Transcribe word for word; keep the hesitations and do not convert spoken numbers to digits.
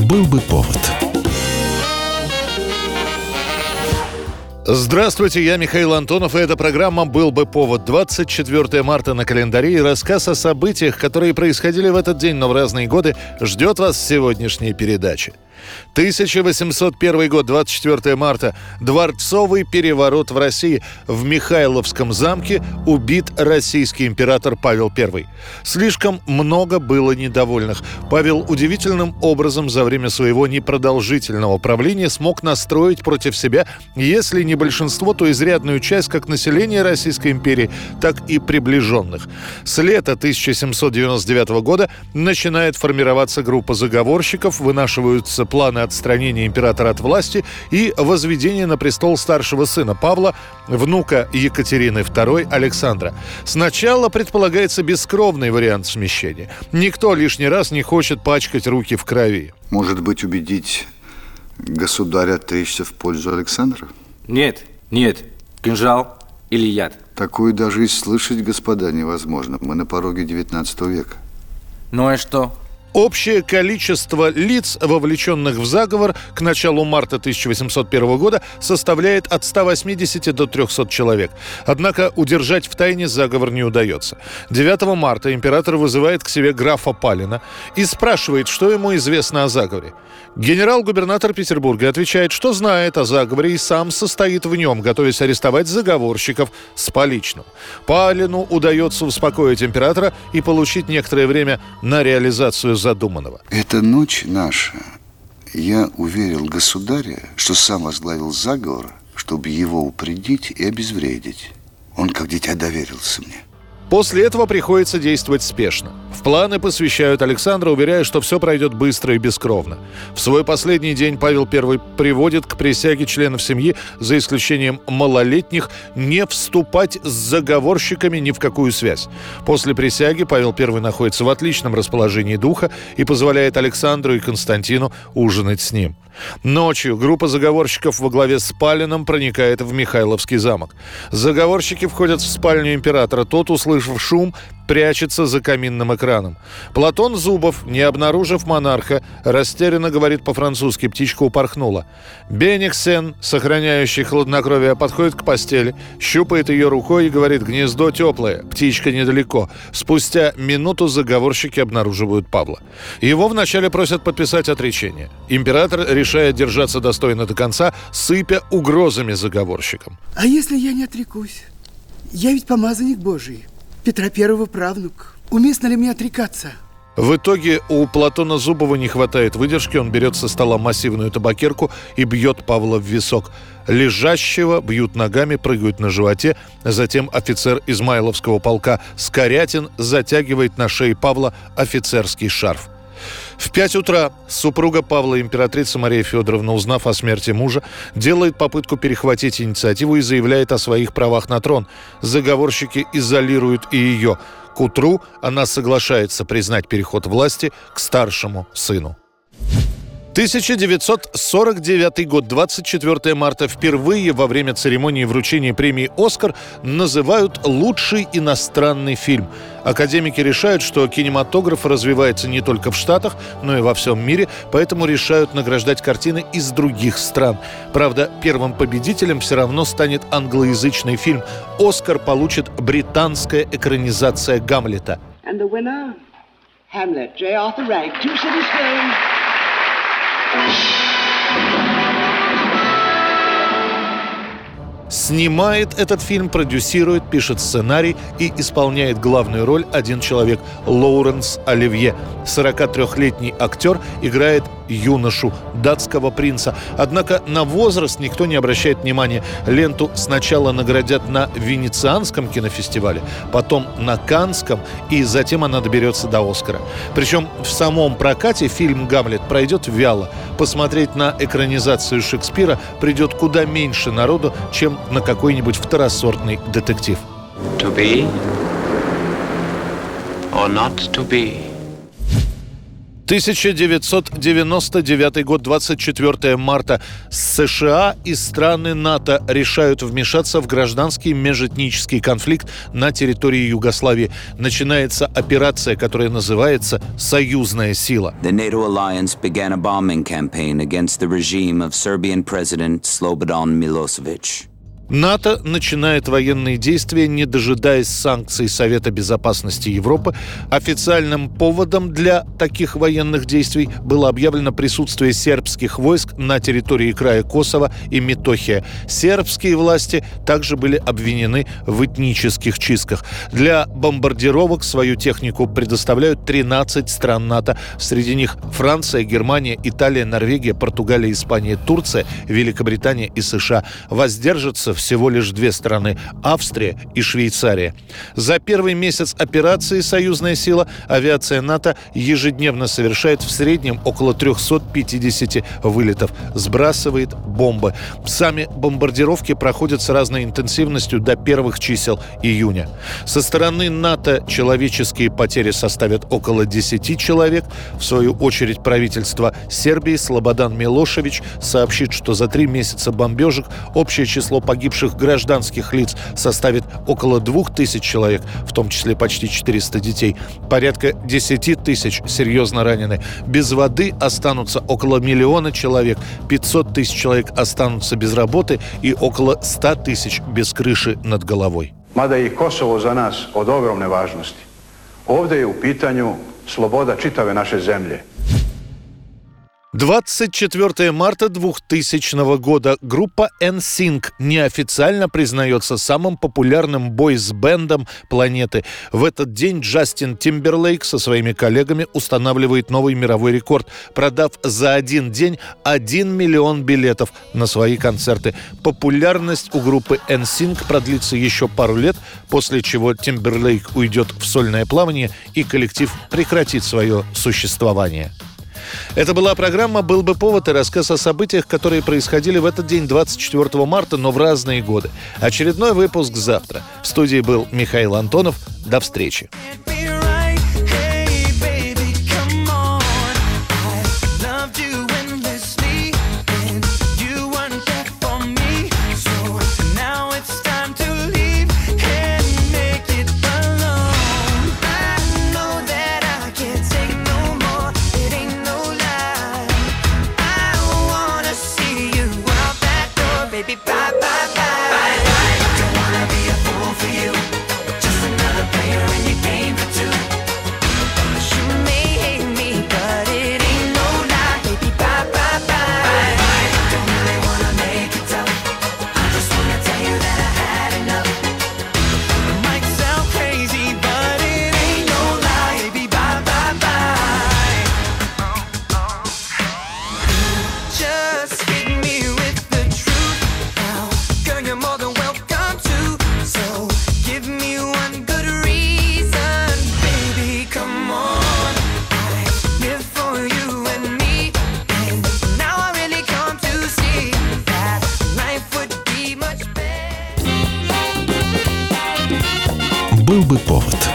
Был бы повод. Здравствуйте, я Михаил Антонов, и эта программа «Был бы повод». двадцать четвёртое марта на календаре, и рассказ о событиях, которые происходили в этот день, но в разные годы, ждет вас в сегодняшней передаче. тысяча восемьсот первый год, двадцать четвёртое марта. Дворцовый переворот в России. В Михайловском замке убит российский император Павел Первый. Слишком много было недовольных. Павел удивительным образом за время своего непродолжительного правления смог настроить против себя, если не большинство, то изрядную часть как населения Российской империи, так и приближенных. С лета тысяча семьсот девяносто девятого года начинает формироваться группа заговорщиков, вынашиваются планы отстранения императора от власти и возведения на престол старшего сына Павла, внука Екатерины второй Александра. Сначала предполагается бескровный вариант смещения. Никто лишний раз не хочет пачкать руки в крови. Может быть, убедить государя отречься в пользу Александра? Нет, нет. Кинжал или яд. Такую даже и слышать, господа, невозможно. Мы на пороге девятнадцатого века. Ну и что? Общее количество лиц, вовлеченных в заговор, к началу марта тысяча восемьсот первого года составляет от ста восьмидесяти до трехсот человек. Однако удержать в тайне заговор не удается. девятого марта император вызывает к себе графа Палина и спрашивает, что ему известно о заговоре. Генерал-губернатор Петербурга отвечает, что знает о заговоре и сам состоит в нем, готовясь арестовать заговорщиков с поличным. Палину удается успокоить императора и получить некоторое время на реализацию задуманного. Эта ночь наша. Я уверил государя, что сам возглавил заговор, чтобы его упредить и обезвредить. Он, как дитя, доверился мне. После этого приходится действовать спешно. В планы посвящают Александра, уверяя, что все пройдет быстро и бескровно. В свой последний день Павел Первый приводит к присяге членов семьи, за исключением малолетних, не вступать с заговорщиками ни в какую связь. После присяги Павел Первый находится в отличном расположении духа и позволяет Александру и Константину ужинать с ним. Ночью группа заговорщиков во главе с Палиным проникает в Михайловский замок. Заговорщики входят в спальню императора. Тот, услышав шум, прячется за каминным экраном. Платон Зубов, не обнаружив монарха, растерянно говорит по-французски: птичка упорхнула. Бениксен, сохраняющий хладнокровие, подходит к постели, щупает ее рукой и говорит: гнездо теплое, птичка недалеко. Спустя минуту заговорщики обнаруживают Павла. Его вначале просят подписать отречение. Император решает держаться достойно до конца, сыпя угрозами заговорщикам. А если я не отрекусь? Я ведь помазанник Божий, Петра Первого правнук. Уместно ли мне отрекаться? В итоге у Платона Зубова не хватает выдержки. Он берет со стола массивную табакерку и бьет Павла в висок. Лежащего бьют ногами, прыгают на животе. Затем офицер Измайловского полка Скорятин затягивает на шее Павла офицерский шарф. В пять утра супруга Павла, императрица Мария Федоровна, узнав о смерти мужа, делает попытку перехватить инициативу и заявляет о своих правах на трон. Заговорщики изолируют и ее. К утру она соглашается признать переход власти к старшему сыну. тысяча девятьсот сорок девятый год, двадцать четвёртое марта. Впервые во время церемонии вручения премии «Оскар» называют лучший иностранный фильм. Академики решают, что кинематограф развивается не только в Штатах, но и во всем мире, поэтому решают награждать картины из других стран. Правда, первым победителем все равно станет англоязычный фильм. «Оскар» получит британская экранизация «Гамлета». And the winner, Hamlet, J. Arthur Rank, two cities fame. Снимает этот фильм, продюсирует, пишет сценарий и исполняет главную роль один человек – Лоуренс Оливье. сорокатрёхлетний актер играет юношу, датского принца. Однако на возраст никто не обращает внимания. Ленту сначала наградят на Венецианском кинофестивале, потом на Каннском, и затем она доберется до Оскара. Причем в самом прокате фильм «Гамлет» пройдет вяло. Посмотреть на экранизацию Шекспира придет куда меньше народу, чем на какой-нибудь второсортный детектив. To be or not to be? тысяча девятьсот девяносто девятый год, двадцать четвёртого марта. США и страны НАТО решают вмешаться в гражданский межэтнический конфликт на территории Югославии. Начинается операция, которая называется «Союзная сила». The NATO alliance began a bombing campaign against the regime of Serbian President Slobodan Milosevic. НАТО начинает военные действия, не дожидаясь санкций Совета безопасности Европы. Официальным поводом для таких военных действий было объявлено присутствие сербских войск на территории края Косово и Метохия. Сербские власти также были обвинены в этнических чистках. Для бомбардировок свою технику предоставляют тринадцать стран НАТО. Среди них Франция, Германия, Италия, Норвегия, Португалия, Испания, Турция, Великобритания и США. Воздержатся всего лишь две страны – Австрия и Швейцария. За первый месяц операции «Союзная сила» авиация НАТО ежедневно совершает в среднем около триста пятьдесят вылетов, сбрасывает бомбы. Сами бомбардировки проходят с разной интенсивностью до первых чисел июня. Со стороны НАТО человеческие потери составят около десяти человек. В свою очередь правительство Сербии Слободан Милошевич сообщит, что за три месяца бомбежек общее число погибших гражданских лиц составит около двух тысяч человек, в том числе почти четыреста детей. Порядка десяти тысяч серьезно ранены. Без воды останутся около миллиона человек, пятьсот тысяч человек останутся без работы и около ста тысяч без крыши над головой. Mada je i Kosovo za nas od ogromne važnosti. Ovdje je u pitanju sloboda čitave naše zemlje. двадцать четвёртого марта двухтысячного года группа эн синк неофициально признается самым популярным бойс-бэндом планеты. В этот день Джастин Тимберлейк со своими коллегами устанавливает новый мировой рекорд, продав за один день один миллион билетов на свои концерты. Популярность у группы эн синк продлится еще пару лет, после чего Тимберлейк уйдет в сольное плавание и коллектив прекратит свое существование. Это была программа «Был бы повод» и рассказ о событиях, которые происходили в этот день, двадцать четвёртого марта, но в разные годы. Очередной выпуск завтра. В студии был Михаил Антонов. До встречи. Был бы повод.